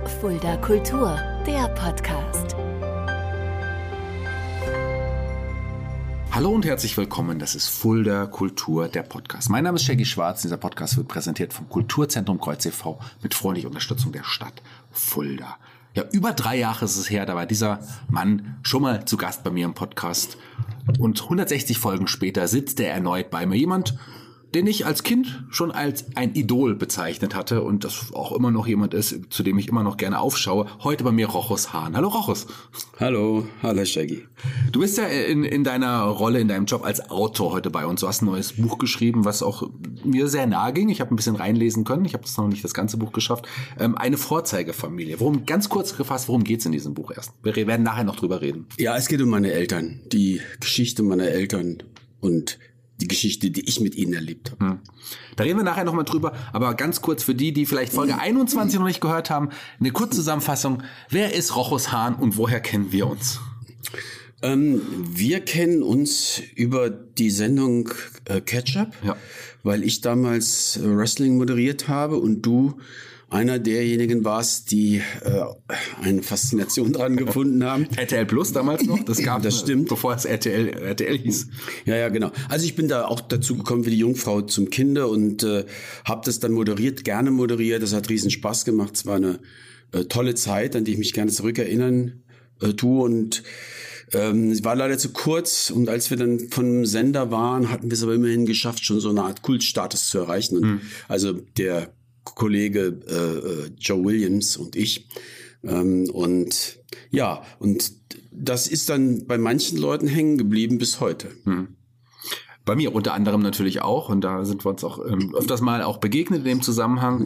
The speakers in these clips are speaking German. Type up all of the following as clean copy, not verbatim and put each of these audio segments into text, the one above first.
Fulda Kultur, der Podcast. Hallo und herzlich willkommen, das ist Fulda Kultur, der Podcast. Mein Name ist Shaggy Schwarz, dieser Podcast wird präsentiert vom Kulturzentrum Kreuz e.V. mit freundlicher Unterstützung der Stadt Fulda. Ja, über 3 Jahre ist es her, da war dieser Mann schon mal zu Gast bei mir im Podcast. Und 160 Folgen später sitzt er erneut bei mir. Jemand, den ich als Kind schon als ein Idol bezeichnet hatte und das auch immer noch jemand ist, zu dem ich immer noch gerne aufschaue. Heute bei mir Rochus Hahn. Hallo Rochus. Hallo Shaggy. Du bist ja in deiner Rolle, in deinem Job als Autor heute bei uns. Du hast ein neues Buch geschrieben, was auch mir sehr nahe ging. Ich habe ein bisschen reinlesen können. Ich habe noch nicht das ganze Buch geschafft. Eine Vorzeigefamilie. Ganz kurz gefasst, worum geht's in diesem Buch erst? Wir werden nachher noch drüber reden. Ja, es geht um meine Eltern. Die Geschichte meiner Eltern und die Geschichte, die ich mit ihnen erlebt habe. Da reden wir nachher nochmal drüber, aber ganz kurz für die vielleicht Folge 21 noch nicht gehört haben, eine kurze Zusammenfassung. Wer ist Rochus Hahn und woher kennen wir uns? Wir kennen uns über die Sendung Catch-Up, ja, weil ich damals Wrestling moderiert habe und du einer derjenigen warst, die eine Faszination dran gefunden haben. RTL Plus damals noch, das stimmt, bevor es RTL hieß. Ja, genau. Also ich bin da auch dazu gekommen wie die Jungfrau zum Kinde und habe das dann gerne moderiert. Das hat riesen Spaß gemacht. Es war eine tolle Zeit, an die ich mich gerne zurückerinnern tue und es war leider zu kurz und als wir dann vom Sender waren, hatten wir es aber immerhin geschafft, schon so eine Art Kultstatus zu erreichen. Und also der Kollege Joe Williams und ich. Und das ist dann bei manchen Leuten hängen geblieben bis heute. Bei mir unter anderem natürlich auch. Und da sind wir uns auch öfters mal auch begegnet in dem Zusammenhang.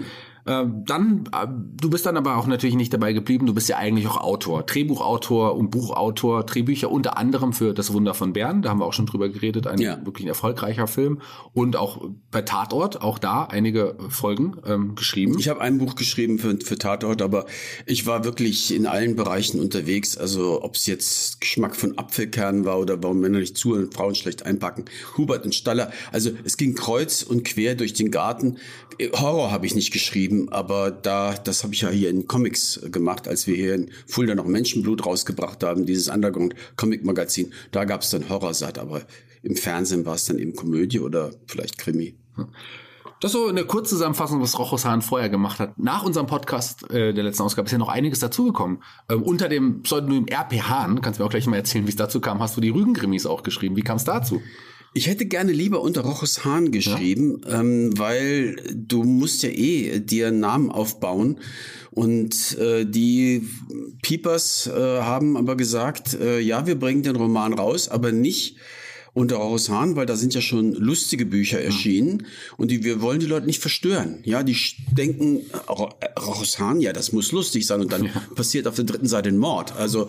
Du bist dann aber auch natürlich nicht dabei geblieben. Du bist ja eigentlich auch Autor, Drehbuchautor und Buchautor, Drehbücher unter anderem für Das Wunder von Bern. Da haben wir auch schon drüber geredet. Wirklich ein erfolgreicher Film. Und auch bei Tatort, auch da einige Folgen geschrieben. Ich habe ein Buch geschrieben für Tatort, aber ich war wirklich in allen Bereichen unterwegs. Also ob es jetzt Geschmack von Apfelkernen war oder warum Männer nicht zu und Frauen schlecht einpacken. Hubert und Staller. Also es ging kreuz und quer durch den Garten. Horror habe ich nicht geschrieben, aber das habe ich ja hier in Comics gemacht, als wir hier in Fulda noch Menschenblut rausgebracht haben, dieses Underground-Comic-Magazin. Da gab es dann Horrorsaat, aber im Fernsehen war es dann eben Komödie oder vielleicht Krimi. Das ist so eine Kurzzusammenfassung, was Rochus Hahn vorher gemacht hat. Nach unserem Podcast der letzten Ausgabe ist ja noch einiges dazugekommen. Unter dem Pseudonym R.P. Hahn, kannst du mir auch gleich mal erzählen, wie es dazu kam, hast du die Rügen-Krimis auch geschrieben. Wie kam es dazu? Ich hätte gerne lieber unter Rochus Hahn geschrieben, weil du musst ja dir einen Namen aufbauen und die Piepers haben aber gesagt, ja, wir bringen den Roman raus, aber nicht unter Rochus Hahn, weil da sind ja schon lustige Bücher erschienen und wir wollen die Leute nicht verstören. Ja, die denken, Rochus Hahn, ja, das muss lustig sein und dann passiert auf der 3. Seite ein Mord. Also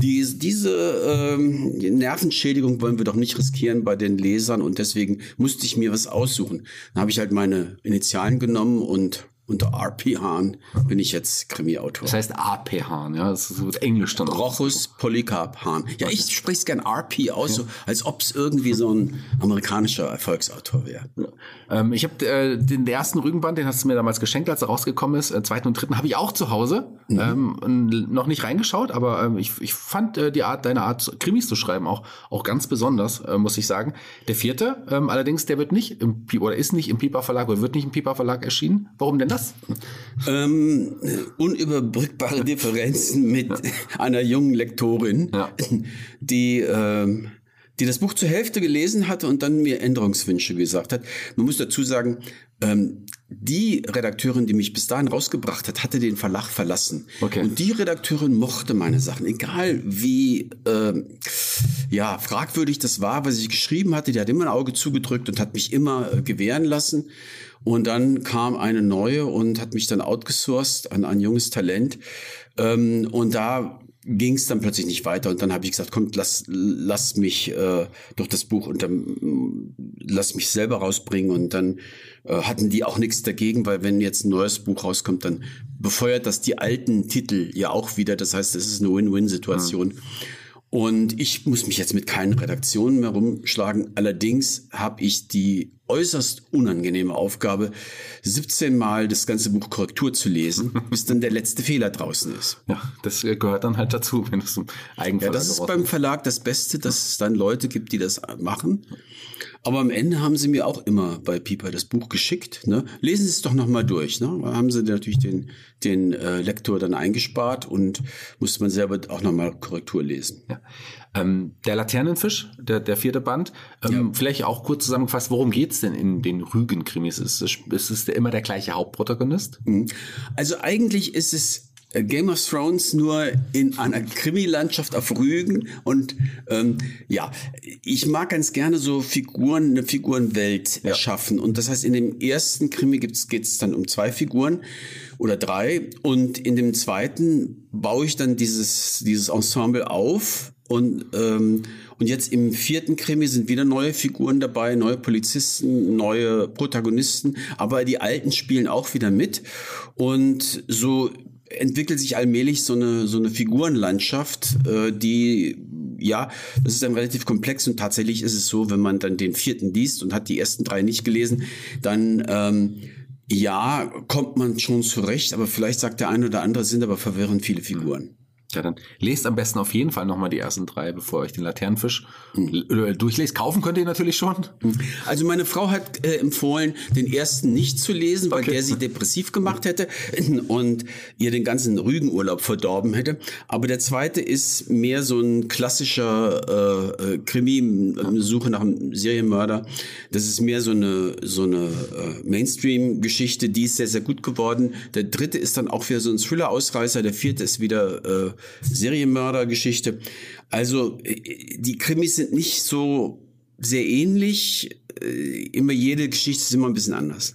diese Nervenschädigung wollen wir doch nicht riskieren bei den Lesern und deswegen musste ich mir was aussuchen. Dann habe ich halt meine Initialen genommen und unter R.P. Hahn bin ich jetzt Krimi-Autor. Das heißt R.P. Hahn, ja, das ist so Englisch dann. Rochus Polycarp Hahn. Ja, ich spreche es gern R.P. aus, so, als ob es irgendwie so ein amerikanischer Erfolgsautor wäre. Ich habe den ersten Rügenband, den hast du mir damals geschenkt, als er rausgekommen ist. 2. und 3. habe ich auch zu Hause. Noch nicht reingeschaut, aber ich fand deine Art, Krimis zu schreiben, auch ganz besonders, muss ich sagen. Der 4. allerdings, der wird nicht ist nicht im Piper Verlag oder wird nicht im Piper Verlag erschienen. Warum denn das? Unüberbrückbare Differenzen mit einer jungen Lektorin, die das Buch zur Hälfte gelesen hatte und dann mir Änderungswünsche gesagt hat. Man muss dazu sagen, die Redakteurin, die mich bis dahin rausgebracht hat, hatte den Verlag verlassen. Okay. Und die Redakteurin mochte meine Sachen, egal wie fragwürdig das war, was ich geschrieben hatte. Die hat immer ein Auge zugedrückt und hat mich immer gewähren lassen. Und dann kam eine neue und hat mich dann outgesourced an ein junges Talent. Und da ging es dann plötzlich nicht weiter. Und dann habe ich gesagt, komm, lass mich durch das Buch lass mich selber rausbringen. Und dann hatten die auch nichts dagegen, weil wenn jetzt ein neues Buch rauskommt, dann befeuert das die alten Titel ja auch wieder. Das heißt, es ist eine Win-Win-Situation. Und ich muss mich jetzt mit keinen Redaktionen mehr rumschlagen. Allerdings habe ich die äußerst unangenehme Aufgabe, 17 Mal das ganze Buch Korrektur zu lesen, bis dann der letzte Fehler draußen ist. Ja, das gehört dann halt dazu, wenn es zum Eigenverlag Ja, das ist beim Verlag das Beste, dass es dann Leute gibt, die das machen. Aber am Ende haben sie mir auch immer bei Piper das Buch geschickt. Ne? Lesen Sie es doch nochmal durch. Ne? Da haben sie natürlich den Lektor dann eingespart und musste man selber auch nochmal Korrektur lesen. Ja. Der Laternenfisch, der 4. Band, vielleicht auch kurz zusammengefasst, worum geht's denn in den Rügen-Krimis? Ist es immer der gleiche Hauptprotagonist? Also eigentlich ist es Game of Thrones nur in einer Krimi-Landschaft auf Rügen und ich mag ganz gerne so eine Figurenwelt erschaffen und das heißt, in dem ersten Krimi geht's dann um 2 Figuren oder 3 und in dem zweiten baue ich dann dieses Ensemble auf und jetzt im 4. Krimi sind wieder neue Figuren dabei, neue Polizisten, neue Protagonisten, aber die alten spielen auch wieder mit und so entwickelt sich allmählich so eine Figurenlandschaft, das ist dann relativ komplex und tatsächlich ist es so, wenn man dann den 4. liest und hat die ersten 3 nicht gelesen, dann kommt man schon zurecht, aber vielleicht sagt der eine oder andere, sind aber verwirrend viele Figuren. Ja, dann lest am besten auf jeden Fall nochmal die ersten 3, bevor ihr euch den Laternenfisch durchlest. Kaufen könnt ihr natürlich schon. Also meine Frau hat empfohlen, den ersten nicht zu lesen, weil der sie depressiv gemacht hätte und ihr den ganzen Rügenurlaub verdorben hätte. Aber der zweite ist mehr so ein klassischer Krimi, Suche nach einem Serienmörder. Das ist mehr so eine Mainstream-Geschichte, die ist sehr, sehr gut geworden. Der 3. ist dann auch wieder so ein Thriller-Ausreißer. Der 4. ist wieder Serienmörder-Geschichte. Also die Krimis sind nicht so sehr ähnlich. Immer jede Geschichte ist immer ein bisschen anders.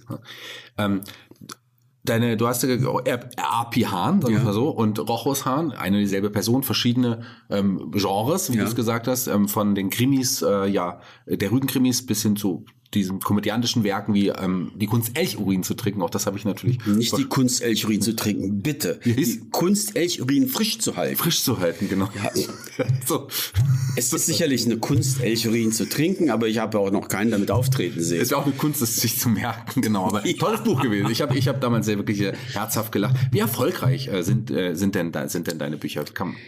Du hast R.P. Hahn, sagen wir mal so, und Rochus Hahn, eine dieselbe Person, verschiedene Genres, wie du es gesagt hast, von den Krimis, der Rügen-Krimis bis hin zu diesen komödiantischen Werken wie die Kunst Elchurin zu trinken. Auch das habe ich natürlich... Nicht die Kunst Elchurin zu trinken, bitte. Die Kunst Elchurin frisch zu halten. Frisch zu halten, genau. Ja. So. Es ist sicherlich eine Kunst Elchurin zu trinken, aber ich habe auch noch keinen damit auftreten sehen. Es ist auch eine Kunst, das sich zu merken, genau. Aber tolles Buch gewesen. Ich hab damals sehr wirklich herzhaft gelacht. Wie erfolgreich sind denn deine Bücher?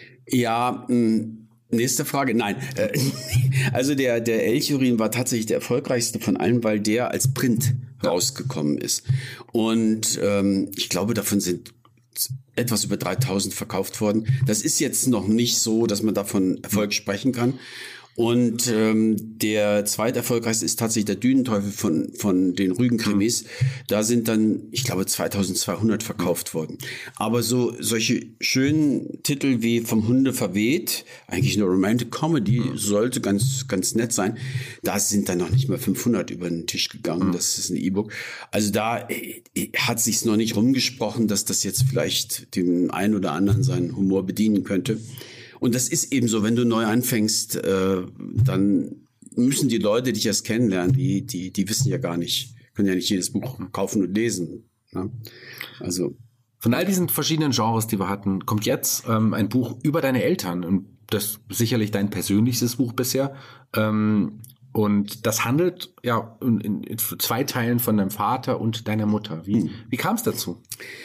Nächste Frage. Nein. Also der Elchurin war tatsächlich der erfolgreichste von allen, weil der als Print rausgekommen ist. Und ich glaube, davon sind etwas über 3000 verkauft worden. Das ist jetzt noch nicht so, dass man davon Erfolg sprechen kann. Und der zweiterfolgreichste ist tatsächlich der Dünenteufel von den Rügen-Krimis. Da sind dann, ich glaube, 2200 verkauft worden. Aber solche schönen Titel wie Vom Hunde verweht, eigentlich eine Romantic Comedy, sollte ganz, ganz nett sein. Da sind dann noch nicht mal 500 über den Tisch gegangen. Das ist ein E-Book. Also da hat sich's noch nicht rumgesprochen, dass das jetzt vielleicht dem einen oder anderen seinen Humor bedienen könnte. Und das ist eben so, wenn du neu anfängst, dann müssen die Leute dich erst kennenlernen. Die wissen ja gar nicht, können ja nicht jedes Buch kaufen und lesen. Ne? Also von all diesen verschiedenen Genres, die wir hatten, kommt jetzt ein Buch über deine Eltern. Und das ist sicherlich dein persönlichstes Buch bisher. Und das handelt in 2 Teilen von deinem Vater und deiner Mutter. Wie kam es dazu?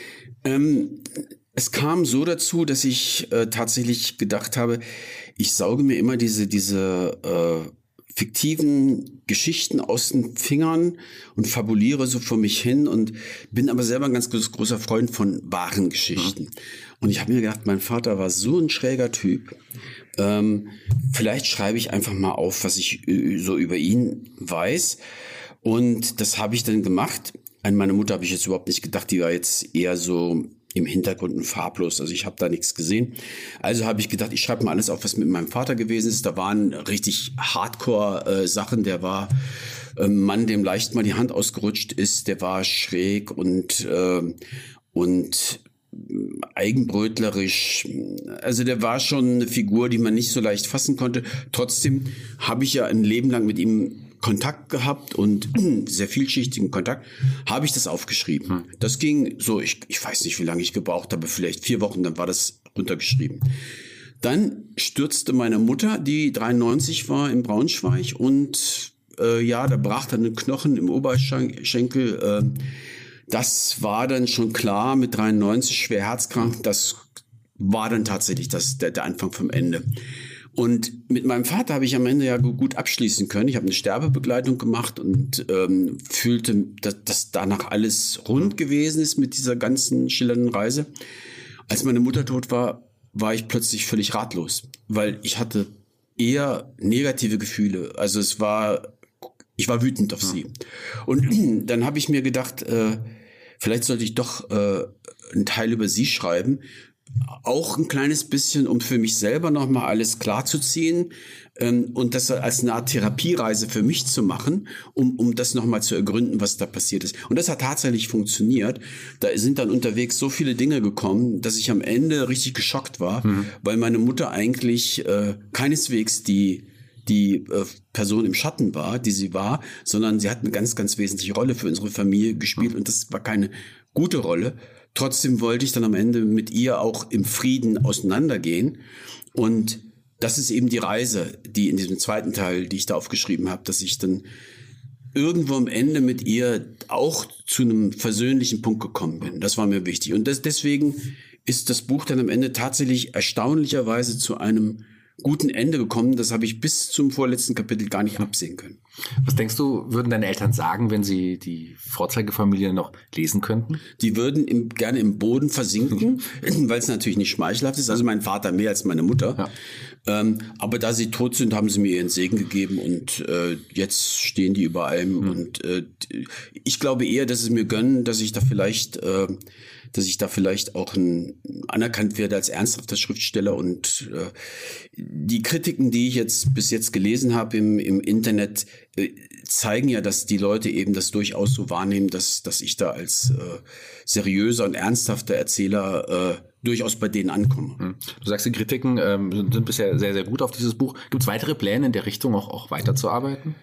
Es kam so dazu, dass ich tatsächlich gedacht habe, ich sauge mir immer diese fiktiven Geschichten aus den Fingern und fabuliere so vor mich hin und bin aber selber ein ganz großer Freund von wahren Geschichten. Und ich habe mir gedacht, mein Vater war so ein schräger Typ. Vielleicht schreibe ich einfach mal auf, was ich so über ihn weiß. Und das habe ich dann gemacht. An meine Mutter habe ich jetzt überhaupt nicht gedacht, die war jetzt eher so im Hintergrund und farblos, also ich habe da nichts gesehen. Also habe ich gedacht, ich schreibe mal alles auf, was mit meinem Vater gewesen ist. Da waren richtig Hardcore-Sachen. Der war ein Mann, dem leicht mal die Hand ausgerutscht ist. Der war schräg und eigenbrötlerisch. Also der war schon eine Figur, die man nicht so leicht fassen konnte. Trotzdem habe ich ja ein Leben lang mit ihm Kontakt gehabt und sehr vielschichtigen Kontakt, habe ich das aufgeschrieben. Das ging so, ich weiß nicht, wie lange ich gebraucht habe, vielleicht 4 Wochen, dann war das runtergeschrieben. Dann stürzte meine Mutter, die 93 war, in Braunschweig und da brach dann ein Knochen im Oberschenkel. Das war dann schon klar mit 93, schwer herzkrank. Das war dann tatsächlich der Anfang vom Ende. Und mit meinem Vater habe ich am Ende ja gut abschließen können. Ich habe eine Sterbebegleitung gemacht und fühlte, dass danach alles rund gewesen ist mit dieser ganzen schillernden Reise. Als meine Mutter tot war, war ich plötzlich völlig ratlos, weil ich hatte eher negative Gefühle. Also ich war wütend auf sie. Und dann habe ich mir gedacht, vielleicht sollte ich doch einen Teil über sie schreiben. Auch ein kleines bisschen, um für mich selber nochmal alles klarzuziehen und das als eine Art Therapiereise für mich zu machen, um das nochmal zu ergründen, was da passiert ist. Und das hat tatsächlich funktioniert. Da sind dann unterwegs so viele Dinge gekommen, dass ich am Ende richtig geschockt war, weil meine Mutter eigentlich keineswegs die Person im Schatten war, die sie war, sondern sie hat eine ganz, ganz wesentliche Rolle für unsere Familie gespielt und das war keine gute Rolle. Trotzdem wollte ich dann am Ende mit ihr auch im Frieden auseinandergehen. Und das ist eben die Reise, die in diesem zweiten Teil, die ich da aufgeschrieben habe, dass ich dann irgendwo am Ende mit ihr auch zu einem versöhnlichen Punkt gekommen bin. Das war mir wichtig. Und deswegen ist das Buch dann am Ende tatsächlich erstaunlicherweise zu einem guten Ende gekommen. Das habe ich bis zum vorletzten Kapitel gar nicht absehen können. Was denkst du, würden deine Eltern sagen, wenn sie die Vorzeigefamilie noch lesen könnten? Die würden gerne im Boden versinken, weil es natürlich nicht schmeichelhaft ist. Also mein Vater mehr als meine Mutter. Ja. Aber da sie tot sind, haben sie mir ihren Segen gegeben und jetzt stehen die über allem. Und ich glaube eher, dass sie mir gönnen, dass ich da vielleicht auch anerkannt werde als ernsthafter Schriftsteller. Und die Kritiken, die ich jetzt bis jetzt gelesen habe im Internet, zeigen ja, dass die Leute eben das durchaus so wahrnehmen, dass ich da als seriöser und ernsthafter Erzähler durchaus bei denen ankomme. Du sagst, die Kritiken sind bisher sehr, sehr gut auf dieses Buch. Gibt es weitere Pläne in der Richtung auch weiterzuarbeiten?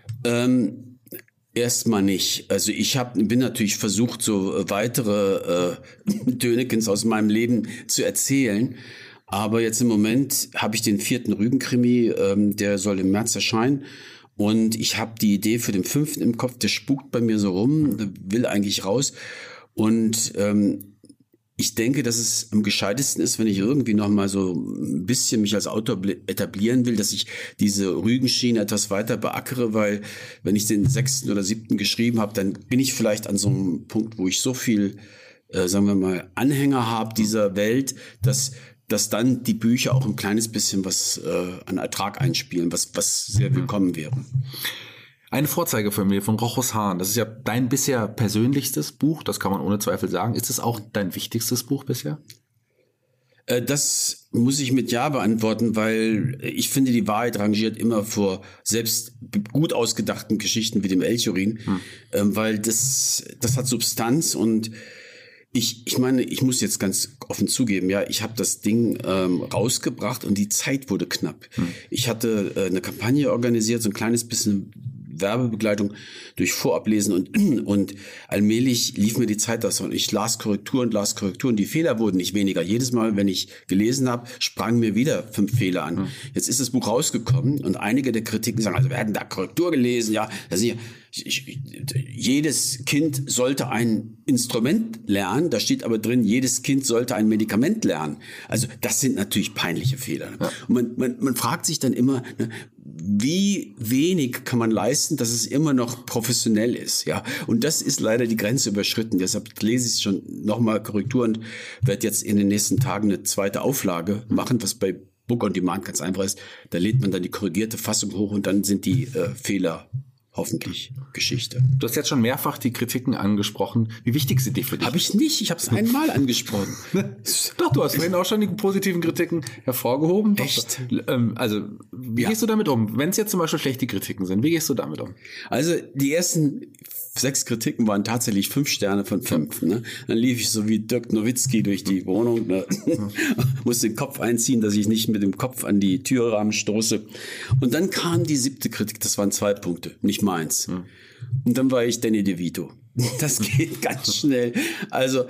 Erstmal nicht. Also ich bin natürlich versucht, so weitere Dönekens aus meinem Leben zu erzählen. Aber jetzt im Moment habe ich den 4. Rügen-Krimi, der soll im März erscheinen. Und ich habe die Idee für den 5. im Kopf, der spukt bei mir so rum, will eigentlich raus. Und ich denke, dass es am gescheitesten ist, wenn ich irgendwie noch mal so ein bisschen mich als Autor etablieren will, dass ich diese Rügenschiene etwas weiter beackere, weil wenn ich den 6. oder 7. geschrieben habe, dann bin ich vielleicht an so einem Punkt, wo ich so viel, sagen wir mal, Anhänger habe dieser Welt, dass dann die Bücher auch ein kleines bisschen was an Ertrag einspielen, was sehr willkommen wäre. Eine Vorzeigefamilie von Rochus Hahn, das ist ja dein bisher persönlichstes Buch, das kann man ohne Zweifel sagen. Ist es auch dein wichtigstes Buch bisher? Das muss ich mit Ja beantworten, weil ich finde, die Wahrheit rangiert immer vor selbst gut ausgedachten Geschichten wie dem Elchorin, weil das hat Substanz und ich meine, ich muss jetzt ganz offen zugeben, ja, ich habe das Ding rausgebracht und die Zeit wurde knapp. Ich hatte eine Kampagne organisiert, so ein kleines bisschen Werbebegleitung durch Vorablesen und allmählich lief mir die Zeit aus und ich las Korrekturen. Die Fehler wurden nicht weniger. Jedes Mal, wenn ich gelesen habe, sprangen mir wieder 5 Fehler an. Jetzt ist das Buch rausgekommen und einige der Kritiken sagen, also wir hatten da Korrektur gelesen, ja, das sind ja jedes Kind sollte ein Instrument lernen, da steht aber drin, jedes Kind sollte ein Medikament lernen. Also das sind natürlich peinliche Fehler. Ja. Und man fragt sich dann immer, ne, wie wenig kann man leisten, dass es immer noch professionell ist, ja. Und das ist leider die Grenze überschritten. Deshalb lese ich schon nochmal Korrektur und werde jetzt in den nächsten Tagen eine 2. Auflage machen, was bei Book on Demand ganz einfach ist. Da lädt man dann die korrigierte Fassung hoch und dann sind die Fehler hoffentlich Geschichte. Du hast jetzt schon mehrfach die Kritiken angesprochen. Wie wichtig sind die für dich? Habe ich nicht. Ich habe es einmal angesprochen. Doch, du hast vorhin auch schon die positiven Kritiken hervorgehoben. Echt? Also, wie gehst du damit um? Wenn es jetzt zum Beispiel schlechte Kritiken sind, wie gehst du damit um? Also, die ersten 6 Kritiken waren tatsächlich 5 Sterne von 5. Ne? Dann lief ich so wie Dirk Nowitzki durch die Wohnung, ne? Musste den Kopf einziehen, dass ich nicht mit dem Kopf an die Türrahmen stoße. Und dann kam die 7. Kritik, das waren 2 Punkte, nicht meins. Und dann war ich Danny DeVito. Das geht ganz schnell. Also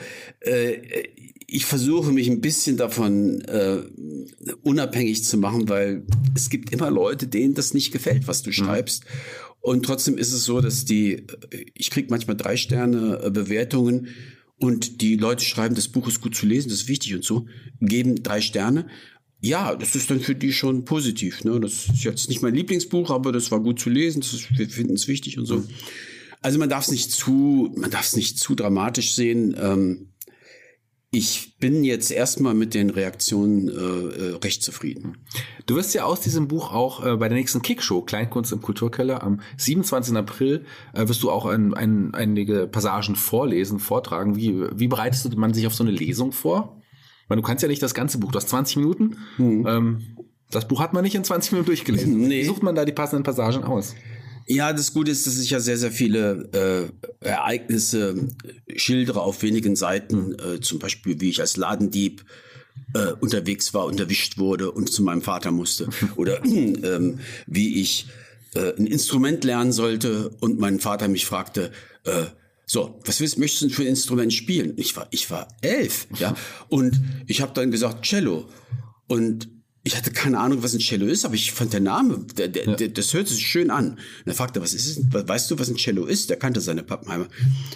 ich versuche mich ein bisschen davon unabhängig zu machen, weil es gibt immer Leute, denen das nicht gefällt, was du schreibst. Und trotzdem ist es so, dass ich kriege manchmal 3 Sterne Bewertungen und die Leute schreiben, das Buch ist gut zu lesen, das ist wichtig und so, geben 3 Sterne. Ja, das ist dann für die schon positiv. Ne? Das ist jetzt nicht mein Lieblingsbuch, aber das war gut zu lesen, wir finden es wichtig und so. Also man darf es nicht zu dramatisch sehen. Ich bin jetzt erstmal mit den Reaktionen recht zufrieden. Du wirst ja aus diesem Buch auch bei der nächsten Kickshow Kleinkunst im Kulturkeller am 27. April wirst du auch einige Passagen vortragen. Wie bereitest man sich auf so eine Lesung vor? Weil du kannst ja nicht das ganze Buch, du hast 20 Minuten. Das Buch hat man nicht in 20 Minuten durchgelesen. Nee. Wie sucht man da die passenden Passagen aus? Ja, das Gute ist, dass ich ja sehr, sehr viele Ereignisse schildere auf wenigen Seiten. Zum Beispiel, wie ich als Ladendieb unterwegs war und erwischt wurde und zu meinem Vater musste. Oder wie ich ein Instrument lernen sollte und mein Vater mich fragte, möchtest du denn für ein Instrument spielen? Ich war 11, ja. Und ich habe dann gesagt, Cello. Und ich hatte keine Ahnung, was ein Cello ist, aber ich fand der Name, das hört sich schön an. Und er fragte, was ist es? Weißt du, was ein Cello ist? Der kannte seine Pappenheimer.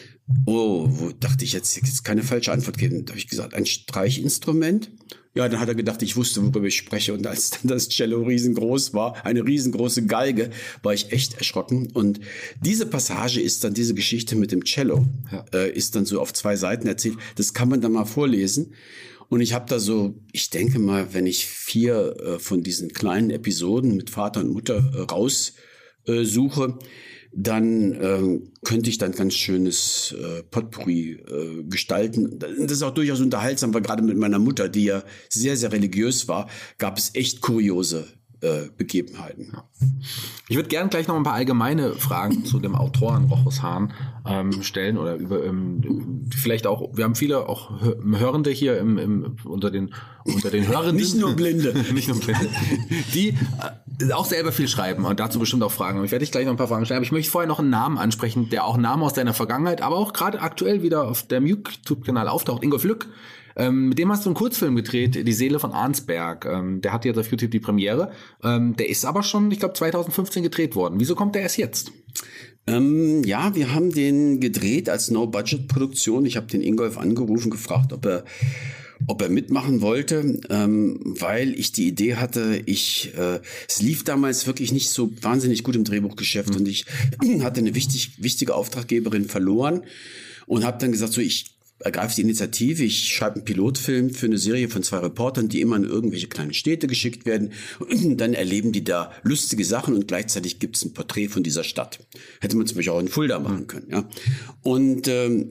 Wo dachte ich jetzt keine falsche Antwort geben. Da habe ich gesagt, ein Streichinstrument? Ja, dann hat er gedacht, ich wusste, worüber ich spreche. Und als dann das Cello riesengroß war, eine riesengroße Geige, war ich echt erschrocken. Und diese Passage ist dann, diese Geschichte mit dem Cello, ist dann so auf 2 Seiten erzählt. Das kann man dann mal vorlesen. Und ich habe da so, ich denke mal, wenn ich 4 von diesen kleinen Episoden mit Vater und Mutter raussuche, dann könnte ich dann ganz schönes Potpourri gestalten. Das ist auch durchaus unterhaltsam, weil gerade mit meiner Mutter, die ja sehr, sehr religiös war, gab es echt kuriose Begebenheiten. Ich würde gerne gleich noch ein paar allgemeine Fragen zu dem Autoren Rochus Hahn stellen oder über vielleicht auch, wir haben viele auch Hörende hier unter den Hörenden. Nicht nur Blinde. Nicht nur Blinde. Die auch selber viel schreiben und dazu bestimmt auch Fragen. Und ich werde dich gleich noch ein paar Fragen stellen. Aber ich möchte vorher noch einen Namen ansprechen, der auch Namen aus deiner Vergangenheit, aber auch gerade aktuell wieder auf dem YouTube-Kanal auftaucht. Ingolf Lück. Mit dem hast du einen Kurzfilm gedreht, Die Seele von Arnsberg. Der hat jetzt auf YouTube die Premiere. Der ist aber schon, ich glaube, 2015 gedreht worden. Wieso kommt der erst jetzt? Ja, wir haben den gedreht als No-Budget-Produktion. Ich habe den Ingolf angerufen, gefragt, ob er mitmachen wollte, weil ich die Idee hatte, es lief damals wirklich nicht so wahnsinnig gut im Drehbuchgeschäft und ich hatte eine wichtige Auftraggeberin verloren und habe dann gesagt, ich ergreife die Initiative, ich schreibe einen Pilotfilm für eine Serie von 2 Reportern, die immer in irgendwelche kleinen Städte geschickt werden und dann erleben die da lustige Sachen und gleichzeitig gibt es ein Porträt von dieser Stadt. Hätte man zum Beispiel auch in Fulda machen können, ja. Und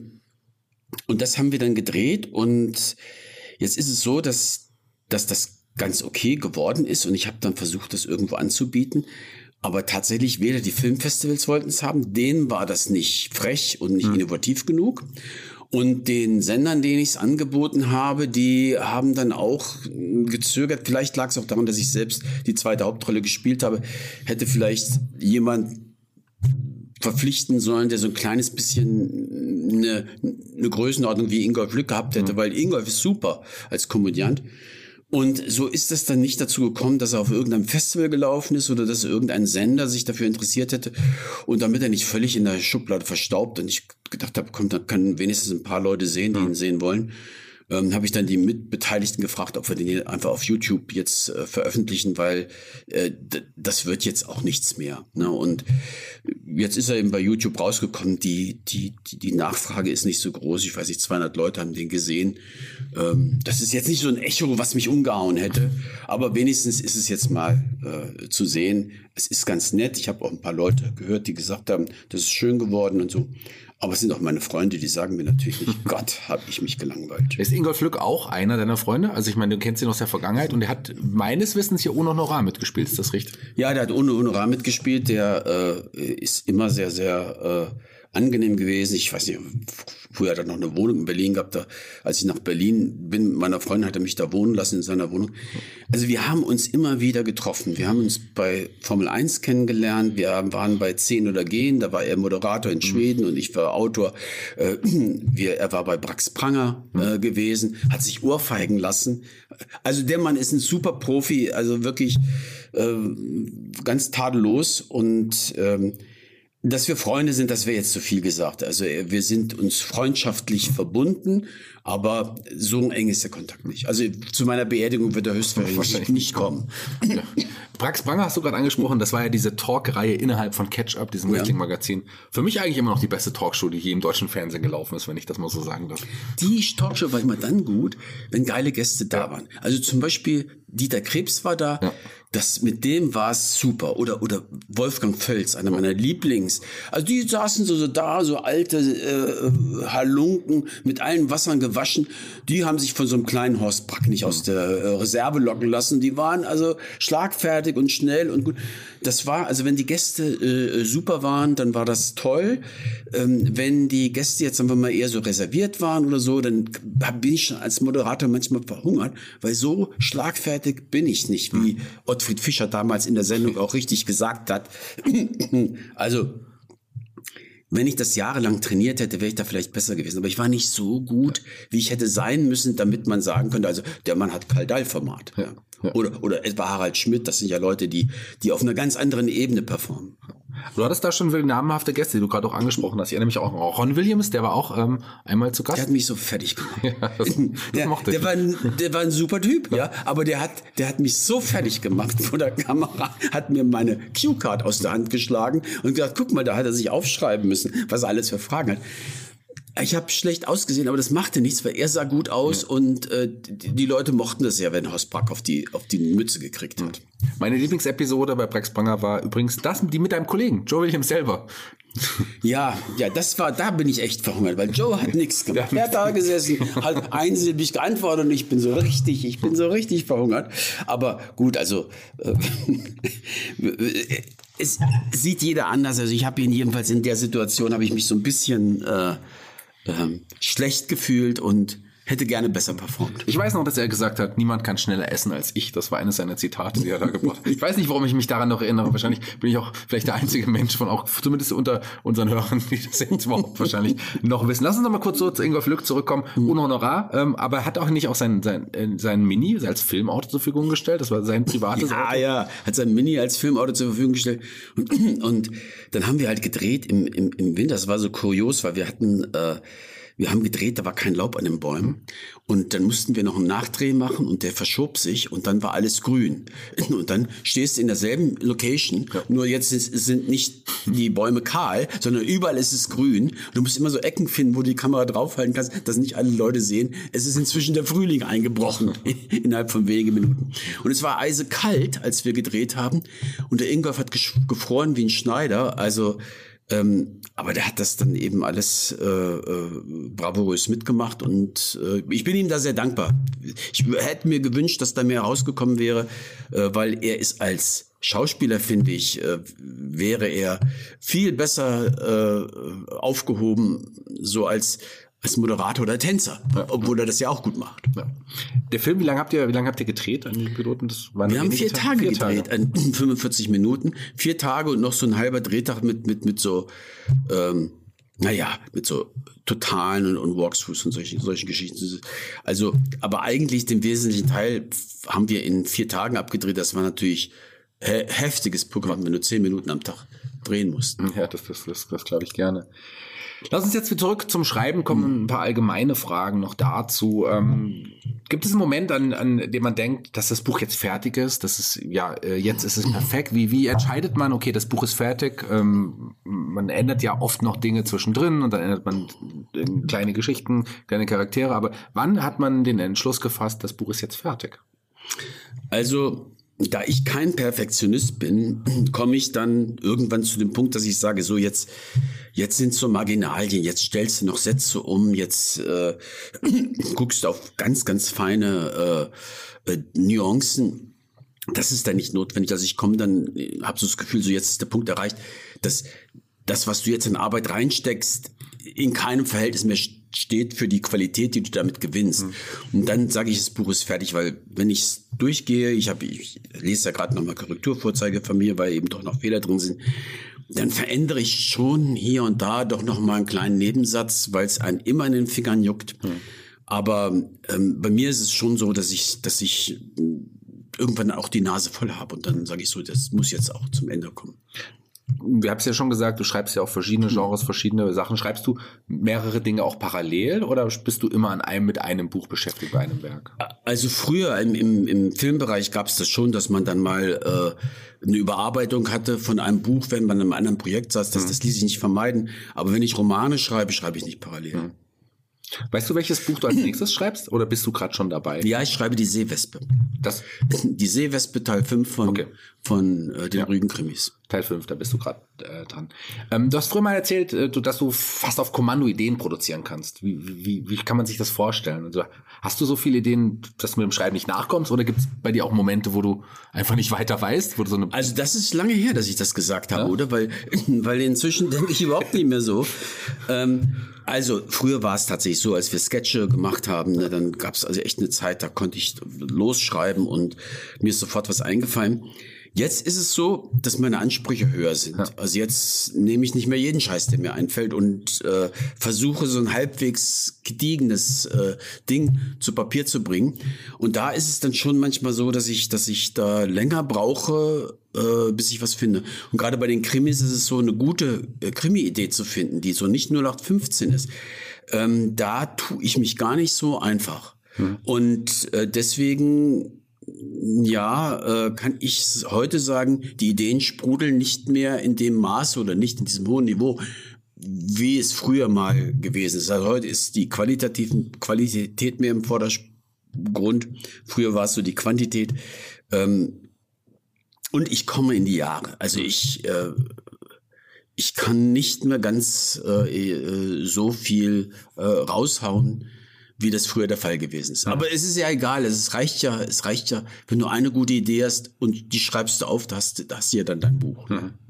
das haben wir dann gedreht und jetzt ist es so, dass das ganz okay geworden ist und ich habe dann versucht, das irgendwo anzubieten. Aber tatsächlich weder die Filmfestivals wollten es haben, denen war das nicht frech und nicht innovativ genug. Und den Sendern, denen ich es angeboten habe, die haben dann auch gezögert. Vielleicht lag es auch daran, dass ich selbst die 2. Hauptrolle gespielt habe. Hätte vielleicht jemand verpflichten sollen, der so ein kleines bisschen eine Größenordnung wie Ingolf Lück gehabt hätte, weil Ingolf ist super als Komödiant. Und so ist es dann nicht dazu gekommen, dass er auf irgendeinem Festival gelaufen ist oder dass irgendein Sender sich dafür interessiert hätte. Und damit er nicht völlig in der Schublade verstaubt und ich gedacht habe, komm, da können wenigstens ein paar Leute sehen, die ihn sehen wollen, habe ich dann die Mitbeteiligten gefragt, ob wir den einfach auf YouTube jetzt veröffentlichen, weil das wird jetzt auch nichts mehr. Ne? Und jetzt ist er eben bei YouTube rausgekommen. Die Nachfrage ist nicht so groß. Ich weiß nicht, 200 Leute haben den gesehen. Das ist jetzt nicht so ein Echo, was mich umgehauen hätte. Aber wenigstens ist es jetzt mal zu sehen. Es ist ganz nett. Ich habe auch ein paar Leute gehört, die gesagt haben, das ist schön geworden und so. Aber es sind auch meine Freunde, die sagen mir natürlich nicht, Gott, habe ich mich gelangweilt. Ist Ingolf Lück auch einer deiner Freunde? Also ich meine, du kennst ihn aus der Vergangenheit und der hat meines Wissens hier ohne Honorar mitgespielt, ist das richtig? Ja, der hat ohne Honorar mitgespielt. Der ist immer sehr, sehr angenehm gewesen. Ich weiß nicht, früher hat er noch eine Wohnung in Berlin gehabt. Als ich nach Berlin bin mit meiner Freundin, hat er mich da wohnen lassen in seiner Wohnung. Also wir haben uns immer wieder getroffen. Wir haben uns bei Formel 1 kennengelernt. Wir waren bei 10 oder Gehen. Da war er Moderator in Schweden und ich war Autor. Er war bei Brax Pranger gewesen, hat sich ohrfeigen lassen. Also der Mann ist ein super Profi, also wirklich ganz tadellos und dass wir Freunde sind, das wäre jetzt zu viel gesagt. Also wir sind uns freundschaftlich verbunden, aber so ein eng ist der Kontakt nicht. Also zu meiner Beerdigung wird er höchstwahrscheinlich nicht kommen. Ja. Brax Pranger hast du gerade angesprochen, das war ja diese Talk-Reihe innerhalb von Catch-Up, diesem Wrestling-Magazin. Für mich eigentlich immer noch die beste Talkshow, die je im deutschen Fernsehen gelaufen ist, wenn ich das mal so sagen darf. Die Talkshow war immer dann gut, wenn geile Gäste da waren. Also zum Beispiel Dieter Krebs war da. Ja. Mit dem war es super. Oder Wolfgang Völz, einer meiner Lieblings. Also die saßen so da, so alte Halunken mit allen Wassern gewaschen. Die haben sich von so einem kleinen Horst Brack nicht aus der Reserve locken lassen. Die waren also schlagfertig und schnell und gut. Das war, also wenn die Gäste super waren, dann war das toll. Wenn die Gäste jetzt, sagen wir mal, eher so reserviert waren oder so, dann bin ich schon als Moderator manchmal verhungert, weil so schlagfertig bin ich nicht, wie Ottfried Fischer damals in der Sendung auch richtig gesagt hat. Also, wenn ich das jahrelang trainiert hätte, wäre ich da vielleicht besser gewesen. Aber ich war nicht so gut, wie ich hätte sein müssen, damit man sagen könnte, also der Mann hat Karl Dahl-Format. Ja. Ja. Oder etwa Harald Schmidt, das sind ja Leute, die auf einer ganz anderen Ebene performen. Du hattest da schon wirklich namhafte Gäste, die du gerade auch angesprochen hast. Ich erinnere mich auch an Ron Williams, der war auch einmal zu Gast. Der hat mich so fertig gemacht. Ja, das mochte ich. Der war ein super Typ, ja. Aber der hat mich so fertig gemacht vor der Kamera, hat mir meine Cue-Card aus der Hand geschlagen und gesagt, guck mal, da hat er sich aufschreiben müssen, was er alles für Fragen hat. Ich habe schlecht ausgesehen, aber das machte nichts, weil er sah gut aus und die Leute mochten das ja, wenn Horst Brack auf die Mütze gekriegt hat. Meine Lieblingsepisode bei Brax Pranger war übrigens die mit deinem Kollegen, Joe Williams selber. Ja, da bin ich echt verhungert, weil Joe hat nichts gemacht. Er hat da gesessen, hat einsilbig geantwortet und ich bin so richtig verhungert. Aber gut, also es sieht jeder anders. Also ich habe ihn jedenfalls in der Situation, habe ich mich so ein bisschen schlecht gefühlt und hätte gerne besser performt. Ich weiß noch, dass er gesagt hat, niemand kann schneller essen als ich. Das war eines seiner Zitate, die er da gebracht hat. Ich weiß nicht, warum ich mich daran noch erinnere. Wahrscheinlich bin ich auch vielleicht der einzige Mensch von auch, zumindest unter unseren Hörern, die das jetzt überhaupt wahrscheinlich noch wissen. Lass uns noch mal kurz so zu Ingolf Lück zurückkommen. Ohne Honorar. Aber er hat auch nicht auch sein Mini als Filmauto zur Verfügung gestellt. Das war sein privates Auto. Ja, hat sein Mini als Filmauto zur Verfügung gestellt. Und dann haben wir halt gedreht im Winter. Das war so kurios, weil wir haben gedreht, da war kein Laub an den Bäumen. Und dann mussten wir noch einen Nachdreh machen und der verschob sich und dann war alles grün. Und dann stehst du in derselben Location, nur jetzt sind nicht die Bäume kahl, sondern überall ist es grün. Du musst immer so Ecken finden, wo du die Kamera draufhalten kannst, dass nicht alle Leute sehen. Es ist inzwischen der Frühling eingebrochen, innerhalb von wenigen Minuten. Und es war eisekalt, als wir gedreht haben. Und der Ingolf hat gefroren wie ein Schneider, also aber der hat das dann eben alles bravourös mitgemacht und ich bin ihm da sehr dankbar. Ich hätte mir gewünscht, dass da mehr rausgekommen wäre, weil er ist als Schauspieler, finde ich, wäre er viel besser aufgehoben, so als Moderator oder Tänzer, obwohl er das ja auch gut macht. Ja. Der Film, wie lange habt ihr gedreht an den Piloten? Wir haben 4 Tage gedreht, 45 Minuten, 4 Tage und noch so ein halber Drehtag mit so, mit so Totalen und Walkthroughs und solchen Geschichten. Also, aber eigentlich den wesentlichen Teil haben wir in 4 Tagen abgedreht. Das war natürlich heftiges Programm, wenn du 10 Minuten am Tag drehen musst. Ja, das glaube ich gerne. Lass uns jetzt wieder zurück zum Schreiben kommen. Ein paar allgemeine Fragen noch dazu. Gibt es einen Moment, an dem man denkt, dass das Buch jetzt fertig ist? Das ist, jetzt ist es perfekt. Wie entscheidet man, okay, das Buch ist fertig? Man ändert ja oft noch Dinge zwischendrin und dann ändert man kleine Geschichten, kleine Charaktere. Aber wann hat man den Entschluss gefasst, das Buch ist jetzt fertig? Also, da ich kein Perfektionist bin, komme ich dann irgendwann zu dem Punkt, dass ich sage, so jetzt sind so Marginalien, jetzt stellst du noch Sätze um, jetzt guckst du auf ganz, ganz feine Nuancen. Das ist dann nicht notwendig. Also ich komme dann, habe so das Gefühl, so jetzt ist der Punkt erreicht, dass das, was du jetzt in Arbeit reinsteckst, in keinem Verhältnis mehr steht für die Qualität, die du damit gewinnst. Und dann sage ich, das Buch ist fertig, weil wenn ich es durchgehe, ich lese ja gerade nochmal Korrekturvorzeige von mir, weil eben doch noch Fehler drin sind, dann verändere ich schon hier und da doch nochmal einen kleinen Nebensatz, weil es einen immer in den Fingern juckt. Aber bei mir ist es schon so, dass ich irgendwann auch die Nase voll habe und dann sage ich so, das muss jetzt auch zum Ende kommen. Wir haben es ja schon gesagt, du schreibst ja auch verschiedene Genres, verschiedene Sachen. Schreibst du mehrere Dinge auch parallel oder bist du immer mit einem Buch beschäftigt, bei einem Werk? Also früher im Filmbereich gab es das schon, dass man dann mal eine Überarbeitung hatte von einem Buch, wenn man in einem anderen Projekt saß. Das ließ sich nicht vermeiden. Aber wenn ich Romane schreibe, schreibe ich nicht parallel. Weißt du, welches Buch du als nächstes schreibst oder bist du gerade schon dabei? Ja, ich schreibe die Seewespe. Die Seewespe Teil 5 von den Rügen-Krimis. Teil 5, da bist du gerade dran. Du hast früher mal erzählt, dass du fast auf Kommando Ideen produzieren kannst. Wie kann man sich das vorstellen? Also, hast du so viele Ideen, dass du mit dem Schreiben nicht nachkommst? Oder gibt es bei dir auch Momente, wo du einfach nicht weiter weißt? Wo du Also das ist lange her, dass ich das gesagt habe, oder? Weil inzwischen denke ich überhaupt nicht mehr so. Also früher war es tatsächlich so, als wir Sketche gemacht haben, ne, dann gab es also echt eine Zeit, da konnte ich losschreiben und mir ist sofort was eingefallen. Jetzt ist es so, dass meine Ansprüche höher sind. Ja. Also jetzt nehme ich nicht mehr jeden Scheiß, der mir einfällt und versuche so ein halbwegs gediegenes Ding zu Papier zu bringen. Und da ist es dann schon manchmal so, dass ich da länger brauche, bis ich was finde. Und gerade bei den Krimis ist es so, eine gute Krimi-Idee zu finden, die so nicht 0815 ist. Da tue ich mich gar nicht so einfach. Und deswegen kann ich heute sagen, die Ideen sprudeln nicht mehr in dem Maß oder nicht in diesem hohen Niveau, wie es früher mal gewesen ist. Also heute ist die Qualität mehr im Vordergrund. Früher war es so die Quantität. Und ich komme in die Jahre. Also ich kann nicht mehr ganz so viel raushauen, wie das früher der Fall gewesen ist. Aber es ist ja egal, es reicht ja, wenn du eine gute Idee hast und die schreibst du auf, da hast du ja dann dein Buch.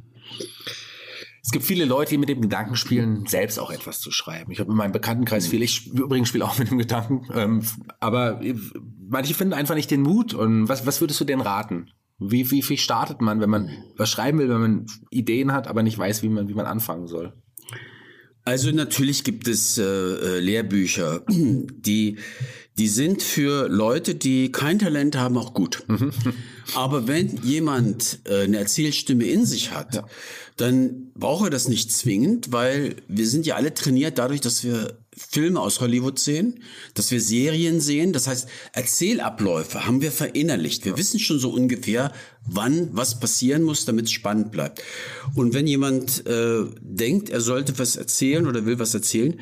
Es gibt viele Leute, die mit dem Gedanken spielen, selbst auch etwas zu schreiben. Ich habe in meinem Bekanntenkreis viele, ich übrigens spiele auch mit dem Gedanken, aber manche finden einfach nicht den Mut. Und was würdest du denn raten? Wie startet man, wenn man was schreiben will, wenn man Ideen hat, aber nicht weiß, wie man anfangen soll? Also natürlich gibt es Lehrbücher, die sind für Leute, die kein Talent haben, auch gut. Aber wenn jemand eine Erzählstimme in sich hat, dann braucht er das nicht zwingend, weil wir sind ja alle trainiert dadurch, dass wir Filme aus Hollywood sehen, dass wir Serien sehen. Das heißt, Erzählabläufe haben wir verinnerlicht. Wir wissen schon so ungefähr, wann was passieren muss, damit es spannend bleibt. Und wenn jemand denkt, er sollte was erzählen oder will was erzählen,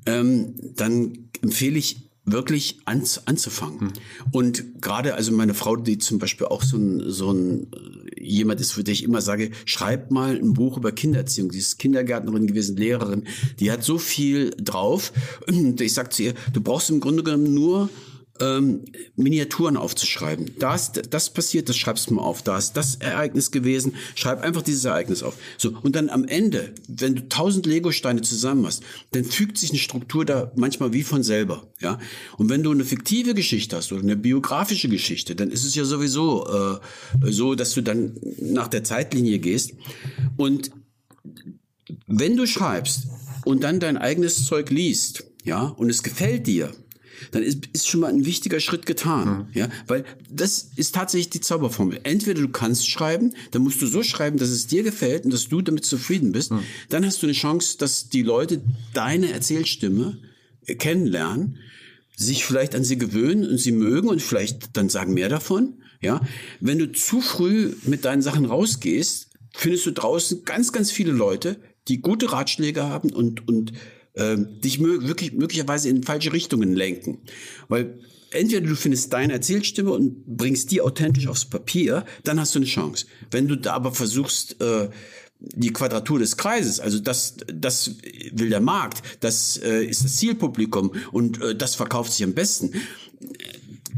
dann empfehle ich wirklich anzufangen. Und gerade, also meine Frau, die zum Beispiel auch so ein jemand ist, für den ich immer sage, schreib mal ein Buch über Kindererziehung. Sie ist Kindergärtnerin gewesen, Lehrerin. Die hat so viel drauf. Und ich sag zu ihr, du brauchst im Grunde genommen nur Miniaturen aufzuschreiben. Das passiert, das schreibst du mal auf. Da ist das Ereignis gewesen. Schreib einfach dieses Ereignis auf. So. Und dann am Ende, wenn du 1000 Lego-Steine zusammen hast, dann fügt sich eine Struktur da manchmal wie von selber, ja. Und wenn du eine fiktive Geschichte hast oder eine biografische Geschichte, dann ist es ja sowieso so, dass du dann nach der Zeitlinie gehst. Und wenn du schreibst und dann dein eigenes Zeug liest, ja, und es gefällt dir, dann ist schon mal ein wichtiger Schritt getan, ja, weil das ist tatsächlich die Zauberformel. Entweder du kannst schreiben, dann musst du so schreiben, dass es dir gefällt und dass du damit zufrieden bist. Dann hast du eine Chance, dass die Leute deine Erzählstimme kennenlernen, sich vielleicht an sie gewöhnen und sie mögen und vielleicht dann sagen mehr davon, ja. Wenn du zu früh mit deinen Sachen rausgehst, findest du draußen ganz, ganz viele Leute, die gute Ratschläge haben und dich wirklich möglicherweise in falsche Richtungen lenken. Weil entweder du findest deine Erzählstimme und bringst die authentisch aufs Papier, dann hast du eine Chance. Wenn du da aber versuchst, die Quadratur des Kreises, also das will der Markt, das ist das Zielpublikum und das verkauft sich am besten.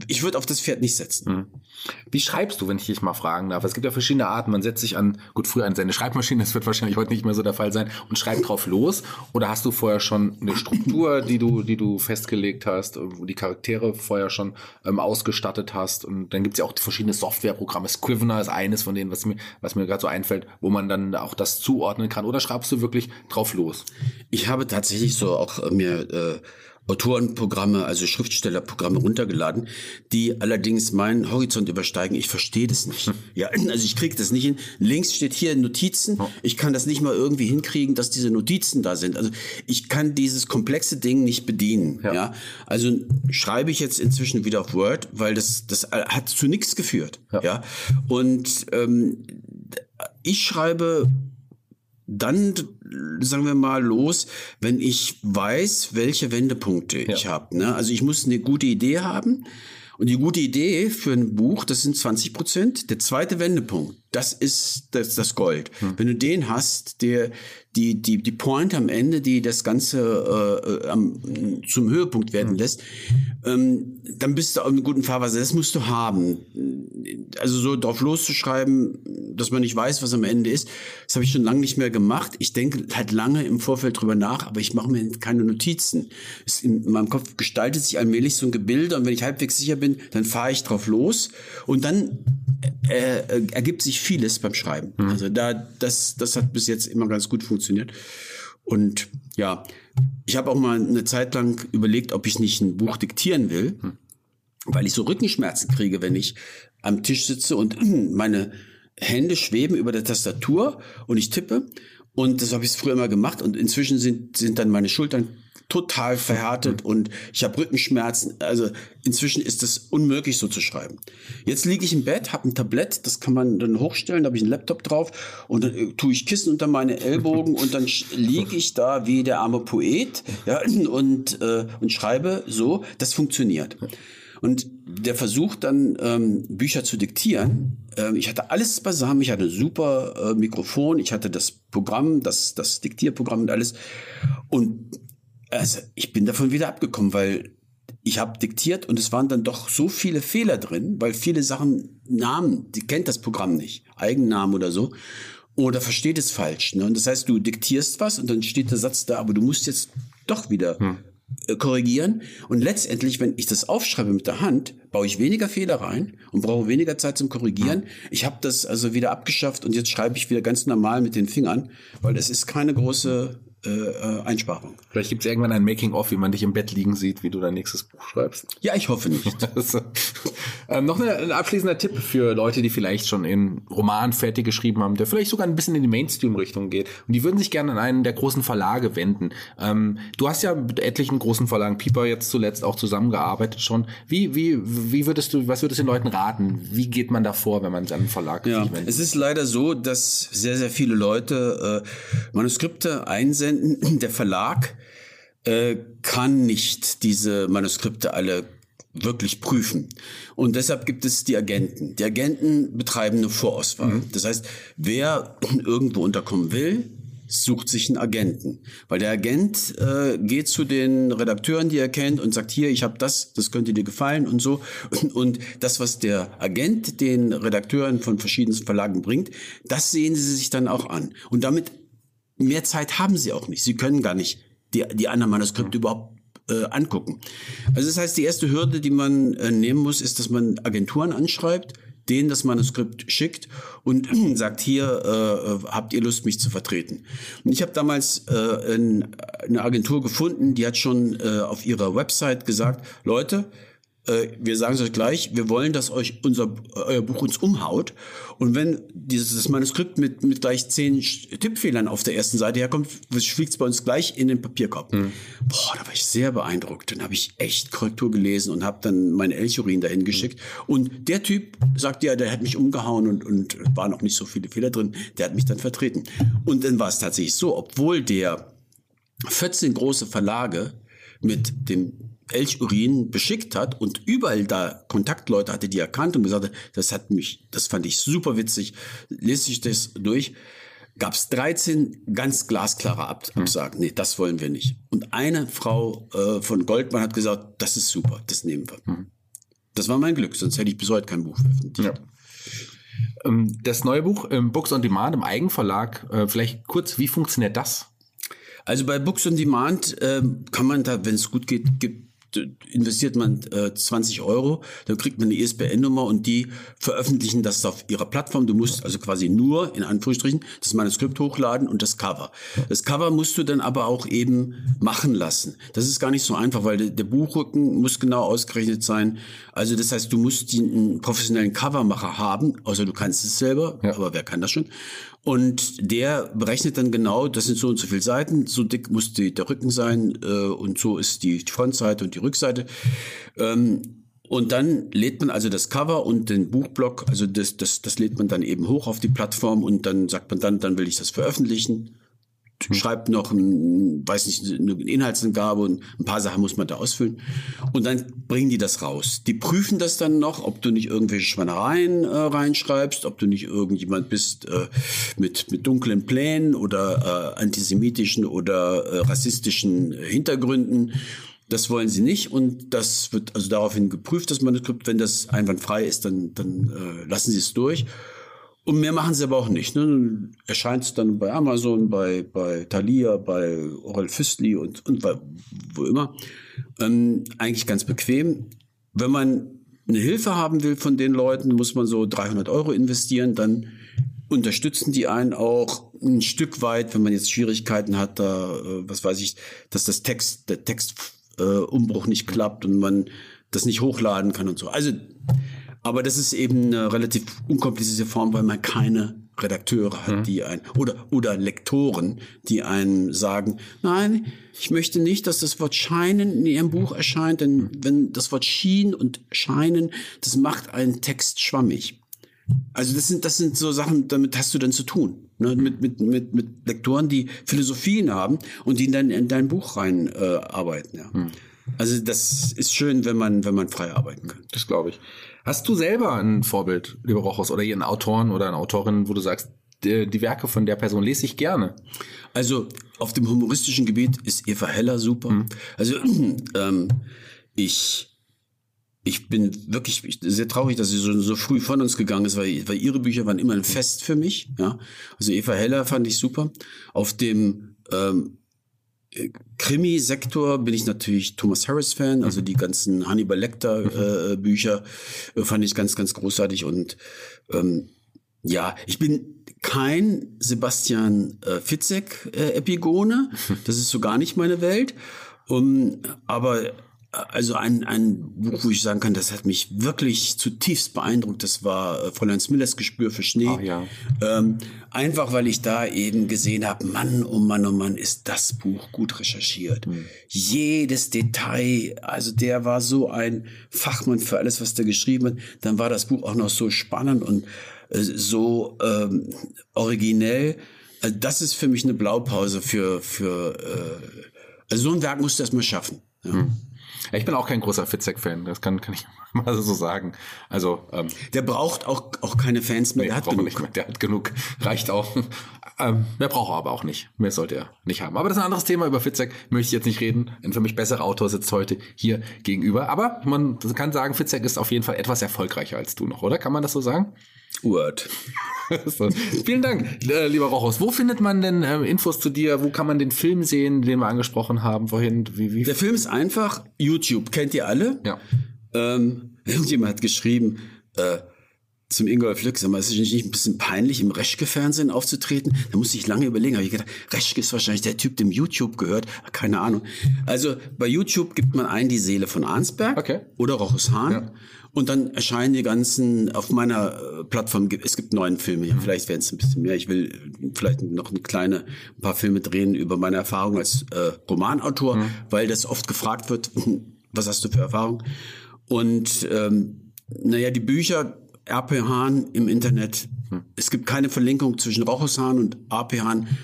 ich würde auf das Pferd nicht setzen. Wie schreibst du, wenn ich dich mal fragen darf? Es gibt ja verschiedene Arten. Man setzt sich früher an seine Schreibmaschine, das wird wahrscheinlich heute nicht mehr so der Fall sein, und schreibt drauf los. Oder hast du vorher schon eine Struktur, die du festgelegt hast, wo die Charaktere vorher schon ausgestattet hast? Und dann gibt es ja auch verschiedene Softwareprogramme. Scrivener ist eines von denen, was mir gerade so einfällt, wo man dann auch das zuordnen kann. Oder schreibst du wirklich drauf los? Ich habe tatsächlich so auch mir Autorenprogramme, also Schriftstellerprogramme runtergeladen, die allerdings meinen Horizont übersteigen. Ich verstehe das nicht. Ja, also ich kriege das nicht hin. Links steht hier Notizen. Ich kann das nicht mal irgendwie hinkriegen, dass diese Notizen da sind. Also ich kann dieses komplexe Ding nicht bedienen. Ja, also schreibe ich jetzt inzwischen wieder auf Word, weil das hat zu nichts geführt. Ja, und ich schreibe dann, sagen wir mal, los, wenn ich weiß, welche Wendepunkte ich habe. Ne? Also ich muss eine gute Idee haben. Und die gute Idee für ein Buch, das sind 20%. Der zweite Wendepunkt, das ist das Gold. Wenn du den hast, die Point am Ende, die das Ganze zum Höhepunkt werden lässt, dann bist du auf einem guten Fahrwasser. Das musst du haben. Also so drauf loszuschreiben, dass man nicht weiß, was am Ende ist, das habe ich schon lange nicht mehr gemacht. Ich denke halt lange im Vorfeld drüber nach, aber ich mache mir keine Notizen. In meinem Kopf gestaltet sich allmählich so ein Gebilde, und wenn ich halbwegs sicher bin, dann fahre ich drauf los, und dann ergibt sich vieles beim Schreiben. Also das hat bis jetzt immer ganz gut funktioniert. Und ja, ich habe auch mal eine Zeit lang überlegt, ob ich nicht ein Buch diktieren will, weil ich so Rückenschmerzen kriege, wenn ich am Tisch sitze und meine Hände schweben über der Tastatur und ich tippe. Und das habe ich früher immer gemacht, und inzwischen sind dann meine Schultern total verhärtet und ich habe Rückenschmerzen. Also inzwischen ist es unmöglich, so zu schreiben. Jetzt liege ich im Bett, habe ein Tablett, das kann man dann hochstellen, da habe ich einen Laptop drauf, und dann tue ich Kissen unter meine Ellbogen und dann liege ich da wie der arme Poet, ja, und schreibe so. Das funktioniert. Und der Versuch dann, Bücher zu diktieren, ich hatte alles beisammen, ich hatte ein super Mikrofon, ich hatte das Programm, das Diktierprogramm und alles. Und also ich bin davon wieder abgekommen, weil ich habe diktiert und es waren dann doch so viele Fehler drin, weil viele Sachen, Namen, die kennt das Programm nicht, Eigennamen oder so, oder versteht es falsch. Ne? Und das heißt, du diktierst was und dann steht der Satz da, aber du musst jetzt doch wieder korrigieren. Und letztendlich, wenn ich das aufschreibe mit der Hand, baue ich weniger Fehler rein und brauche weniger Zeit zum Korrigieren. Ich habe das also wieder abgeschafft und jetzt schreibe ich wieder ganz normal mit den Fingern, weil es ist keine große Einsparung. Vielleicht gibt es irgendwann ein Making-of, wie man dich im Bett liegen sieht, wie du dein nächstes Buch schreibst. Ja, ich hoffe nicht. Noch ein abschließender Tipp für Leute, die vielleicht schon einen Roman fertig geschrieben haben, der vielleicht sogar ein bisschen in die Mainstream-Richtung geht. Und die würden sich gerne an einen der großen Verlage wenden. Du hast ja mit etlichen großen Verlagen, Piper jetzt zuletzt auch zusammengearbeitet schon. Was würdest du den Leuten raten? Wie geht man da vor, wenn man sich an einen Verlag wendet? Es ist leider so, dass sehr, sehr viele Leute Manuskripte einsenden. Der Verlag kann nicht diese Manuskripte alle wirklich prüfen. Und deshalb gibt es die Agenten. Die Agenten betreiben eine Vorauswahl. Das heißt, wer irgendwo unterkommen will, sucht sich einen Agenten. Weil der Agent geht zu den Redakteuren, die er kennt, und sagt, hier, ich habe das könnte dir gefallen und so. Und das, was der Agent den Redakteuren von verschiedenen Verlagen bringt, das sehen sie sich dann auch an. Und damit mehr Zeit haben sie auch nicht. Sie können gar nicht die anderen Manuskripte überhaupt angucken. Also das heißt, die erste Hürde, die man nehmen muss, ist, dass man Agenturen anschreibt, denen das Manuskript schickt und sagt, hier habt ihr Lust, mich zu vertreten. Und ich habe damals eine Agentur gefunden, die hat schon auf ihrer Website gesagt, Leute, wir sagen es euch gleich, wir wollen, dass euch euer Buch uns umhaut. Und wenn das Manuskript mit gleich 10 Tippfehlern auf der ersten Seite herkommt, fliegt es bei uns gleich in den Papierkorb. Boah, da war ich sehr beeindruckt. Dann habe ich echt Korrektur gelesen und habe dann meinen Elchurin dahin geschickt. Und der Typ sagt, ja, der hat mich umgehauen und war noch nicht so viele Fehler drin. Der hat mich dann vertreten. Und dann war es tatsächlich so, obwohl der 14 große Verlage mit dem Elchurin beschickt hat und überall da Kontaktleute hatte, die erkannt und gesagt hat, das fand ich super witzig, lese ich das durch, gab es 13 ganz glasklare Absagen. Nee, das wollen wir nicht. Und eine Frau von Goldman hat gesagt, das ist super, das nehmen wir. Das war mein Glück, sonst hätte ich bis heute kein Buch veröffentlicht. Ja. Das neue Buch, Books on Demand im Eigenverlag, vielleicht kurz, wie funktioniert das? Also bei Books on Demand kann man da, wenn es gut geht, investiert man 20 €, dann kriegt man eine ISBN-Nummer und die veröffentlichen das auf ihrer Plattform. Du musst also quasi nur, in Anführungsstrichen, das Manuskript hochladen und das Cover. Das Cover musst du dann aber auch eben machen lassen. Das ist gar nicht so einfach, weil der Buchrücken muss genau ausgerechnet sein. Also das heißt, du musst einen professionellen Covermacher haben, außer du kannst es selber, ja. Aber wer kann das schon? Und der berechnet dann genau, das sind so und so viele Seiten, so dick muss der Rücken sein und so ist die Frontseite und die Rückseite. Und dann lädt man also das Cover und den Buchblock, also das lädt man dann eben hoch auf die Plattform und dann sagt man dann will ich das veröffentlichen. Schreibt noch eine Inhaltsangabe und ein paar Sachen muss man da ausfüllen. Und dann bringen die das raus. Die prüfen das dann noch, ob du nicht irgendwelche Schweinereien reinschreibst, ob du nicht irgendjemand bist mit dunklen Plänen oder antisemitischen oder rassistischen Hintergründen. Das wollen sie nicht und das wird also daraufhin geprüft, das Manuskript. Wenn das einwandfrei ist, dann lassen sie es durch. Und mehr machen sie aber auch nicht. Ne? Erscheint es dann bei Amazon, bei Thalia, bei Orel Füssli und wo immer. Eigentlich ganz bequem. Wenn man eine Hilfe haben will von den Leuten, muss man so 300 € investieren. Dann unterstützen die einen auch ein Stück weit, wenn man jetzt Schwierigkeiten hat, da, was weiß ich, dass der Textumbruch nicht klappt und man das nicht hochladen kann und so. Also aber das ist eben eine relativ unkomplizierte Form, weil man keine Redakteure hat, die einen, oder Lektoren, die einem sagen, nein, ich möchte nicht, dass das Wort scheinen in Ihrem Buch erscheint, denn wenn das Wort schien und scheinen, das macht einen Text schwammig. Also das sind so Sachen, damit hast du dann zu tun, ne? Mit Lektoren, die Philosophien haben und die dann in dein Buch rein arbeiten, ja. Also das ist schön, wenn man frei arbeiten kann. Das glaube ich. Hast du selber ein Vorbild, lieber Rochus, oder einen Autoren oder eine Autorin, wo du sagst, die Werke von der Person lese ich gerne? Also auf dem humoristischen Gebiet ist Eva Heller super. Also ich bin wirklich sehr traurig, dass sie so früh von uns gegangen ist, weil ihre Bücher waren immer ein Fest für mich. Ja, also Eva Heller fand ich super. Auf dem Krimi-Sektor bin ich natürlich Thomas Harris-Fan, also die ganzen Hannibal Lecter Bücher fand ich ganz, ganz großartig und ja, ich bin kein Sebastian Fitzek-Epigone, das ist so gar nicht meine Welt, aber also ein Buch, wo ich sagen kann, das hat mich wirklich zutiefst beeindruckt. Das war Fräulein Smillers Gespür für Schnee. Oh, ja. Einfach, weil ich da eben gesehen habe, Mann, oh Mann, ist das Buch gut recherchiert. Jedes Detail, also der war so ein Fachmann für alles, was der geschrieben hat. Dann war das Buch auch noch so spannend und so originell. Also das ist für mich eine Blaupause also so ein Werk musst du erst mal schaffen. Ja. Ja, ich bin auch kein großer Fitzek-Fan, das kann ich mal so sagen. Also der braucht auch keine Fans mehr, nee, der hat genug. Nicht mehr. Der hat genug, reicht auch. Mehr braucht er aber auch nicht. Mehr sollte er nicht haben. Aber das ist ein anderes Thema, über Fitzek möchte ich jetzt nicht reden. Ein für mich besserer Autor sitzt heute hier gegenüber. Aber man kann sagen, Fitzek ist auf jeden Fall etwas erfolgreicher als du noch, oder? Kann man das so sagen? Word. So. Vielen Dank, lieber Rochus. Wo findet man denn Infos zu dir? Wo kann man den Film sehen, den wir angesprochen haben vorhin? Wie? Der Film ist einfach YouTube. Kennt ihr alle? Ja. Irgendjemand hat geschrieben, zum Ingolf Lück, sag mal, ist es nicht ein bisschen peinlich, im Reschke-Fernsehen aufzutreten? Da musste ich lange überlegen. Habe ich gedacht, Reschke ist wahrscheinlich der Typ, dem YouTube gehört. Keine Ahnung. Also bei YouTube gibt man ein die Seele von Arnsberg oder Rochus Hahn. Ja. Und dann erscheinen die ganzen, auf meiner Plattform, es gibt 9 Filme, vielleicht werden es ein bisschen mehr. Ich will vielleicht noch ein paar Filme drehen über meine Erfahrung als Romanautor, weil das oft gefragt wird, was hast du für Erfahrung? Und die Bücher, RP Hahn im Internet, es gibt keine Verlinkung zwischen Rochus Hahn und RP Hahn.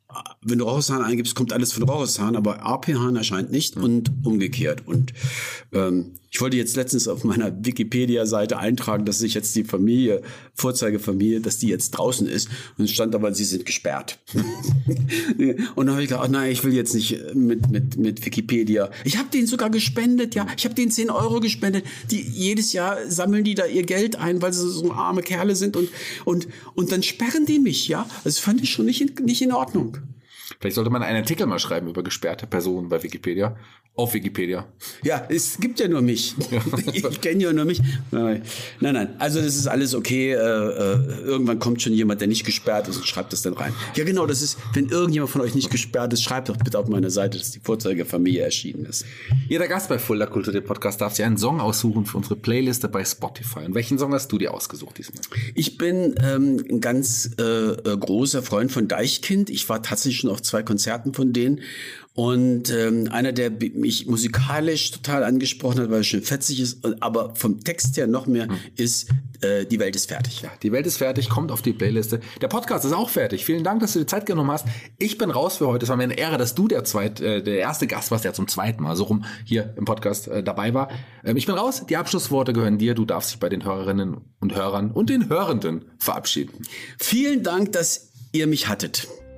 wenn du Rochus-Hahn eingibst, kommt alles von Rochus-Hahn, aber AP-Hahn erscheint nicht und umgekehrt. Und ich wollte jetzt letztens auf meiner Wikipedia-Seite eintragen, dass sich jetzt die Familie, Vorzeigefamilie, dass die jetzt draußen ist. Und es stand aber, sie sind gesperrt. Und dann habe ich gedacht, ach nein, ich will jetzt nicht mit Wikipedia. Ich habe denen sogar gespendet, ja. Ich habe denen 10 Euro gespendet. Jedes Jahr sammeln die da ihr Geld ein, weil sie so arme Kerle sind. Und dann sperren die mich, ja. Das fand ich schon nicht in Ordnung. Vielleicht sollte man einen Artikel mal schreiben über gesperrte Personen bei Wikipedia. Auf Wikipedia. Ja, es gibt ja nur mich. Ja. Ich kenne ja nur mich. Nein. Also das ist alles okay. Irgendwann kommt schon jemand, der nicht gesperrt ist und schreibt das dann rein. Ja genau, das ist, wenn irgendjemand von euch nicht gesperrt ist, schreibt doch bitte auf meine Seite, dass die Vorzeigefamilie erschienen ist. Jeder Gast bei Fulda Kultur, der Podcast, darf sich einen Song aussuchen für unsere Playliste bei Spotify. Und welchen Song hast du dir ausgesucht diesmal? Ich bin ein ganz großer Freund von Deichkind. Ich war tatsächlich schon auf 2 Konzerten von denen. Und einer, der mich musikalisch total angesprochen hat, weil er schon fetzig ist, aber vom Text her noch mehr, ist Die Welt ist fertig. Ja, Die Welt ist fertig, kommt auf die Playliste. Der Podcast ist auch fertig. Vielen Dank, dass du dir Zeit genommen hast. Ich bin raus für heute. Es war mir eine Ehre, dass du der erste Gast warst, der zum zweiten Mal so rum hier im Podcast dabei war. Ich bin raus. Die Abschlussworte gehören dir. Du darfst dich bei den Hörerinnen und Hörern und den Hörenden verabschieden. Vielen Dank, dass ihr mich hattet.